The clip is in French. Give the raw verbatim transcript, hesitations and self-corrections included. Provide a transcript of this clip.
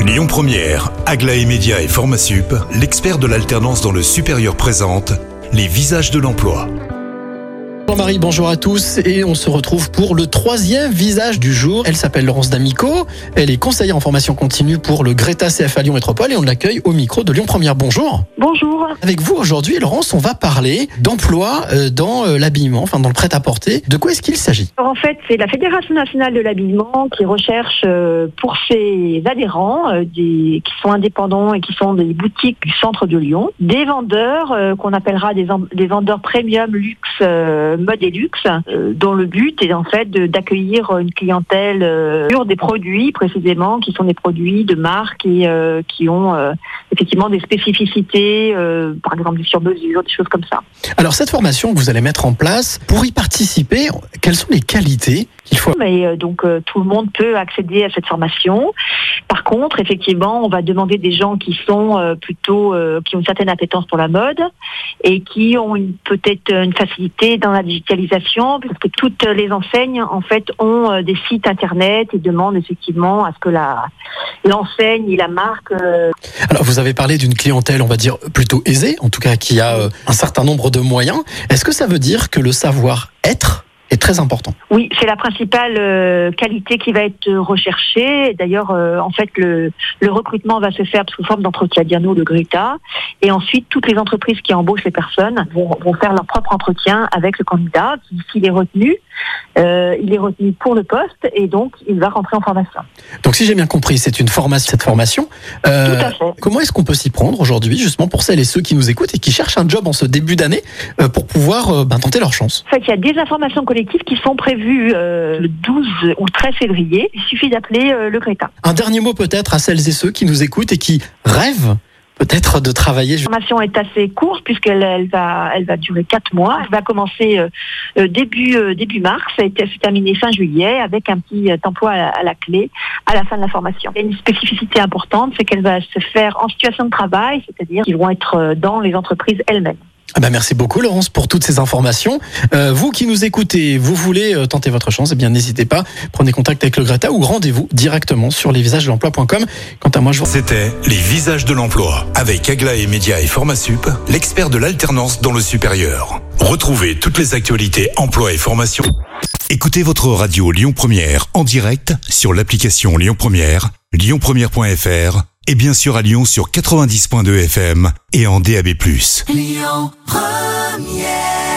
Lyon Première, Aglaé Média et Formasup, l'expert de l'alternance dans le supérieur présente les visages de l'emploi. Jean-Marie, bonjour à tous et on se retrouve pour le troisième visage du jour. Elle s'appelle Laurence D'Amico, elle est conseillère en formation continue pour le Greta C F A Lyon Métropole et on l'accueille au micro de Lyon Première. Bonjour. Bonjour. Avec vous aujourd'hui, Laurence, on va parler d'emploi dans l'habillement, enfin dans le prêt-à-porter. De quoi est-ce qu'il s'agit ? Alors en fait, c'est la Fédération nationale de l'habillement qui recherche pour ses adhérents, des, qui sont indépendants et qui sont des boutiques du centre de Lyon, des vendeurs euh, qu'on appellera des, des vendeurs premium luxe euh, mode et luxe, euh, dont le but est en fait de, d'accueillir une clientèle euh, sur des produits précisément qui sont des produits de marque et euh, qui ont euh, effectivement des spécificités, euh, par exemple des sur-mesure, des choses comme ça. Alors cette formation que vous allez mettre en place, pour y participer, quelles sont les qualités qu'il faut ? Mais euh, donc euh, tout le monde peut accéder à cette formation. Par contre, effectivement, on va demander des gens qui sont euh, plutôt euh, qui ont une certaine appétence pour la mode et qui ont une, peut-être une facilité dans la digitalisation, parce que toutes les enseignes en fait ont euh, des sites internet et demandent effectivement à ce que la l'enseigne et la marque. Euh... Alors vous avez parlé d'une clientèle, on va dire plutôt aisée, en tout cas qui a euh, un certain nombre de moyens. Est-ce que ça veut dire que le savoir-être est très important? Oui, c'est la principale euh, qualité qui va être recherchée. D'ailleurs, euh, en fait, le, le recrutement va se faire sous forme d'entretien diano de Greta. Et ensuite, toutes les entreprises qui embauchent les personnes vont, vont faire leur propre entretien avec le candidat. S'il est retenu, euh, il est retenu pour le poste et donc il va rentrer en formation. Donc, si j'ai bien compris, c'est une formation. Cette formation. Euh, Tout à fait. Comment est-ce qu'on peut s'y prendre aujourd'hui, justement pour celles et ceux qui nous écoutent et qui cherchent un job en ce début d'année euh, pour pouvoir euh, ben, tenter leur chance? En fait, il y a des informations collectives qui sont prévues euh, le douze ou le treize février. Il suffit d'appeler euh, le Greta. Un dernier mot peut-être à celles et ceux qui nous écoutent et qui rêvent peut-être de travailler. La formation est assez courte puisqu'elle elle va, elle va durer quatre mois. Elle va commencer euh, début, euh, début mars et se terminer fin juillet avec un petit emploi à, à la clé à la fin de la formation. Il y a une spécificité importante, c'est qu'elle va se faire en situation de travail, c'est-à-dire qu'ils vont être dans les entreprises elles-mêmes. Ah bah merci beaucoup Laurence pour toutes ces informations. Euh, vous qui nous écoutez, vous voulez euh, tenter votre chance, eh bien n'hésitez pas, prenez contact avec le Greta ou rendez-vous directement sur lesvisages de l'emploi point com. Quant à moi, je vous... C'était les visages de l'emploi avec Aglaé Média et Formasup, l'expert de l'alternance dans le supérieur. Retrouvez toutes les actualités emploi et formation. Écoutez votre radio Lyon Première en direct sur l'application Lyon Première, lyon première point f r et bien sûr à Lyon sur quatre-vingt-dix point deux F M et en D A B plus. Lyon Première.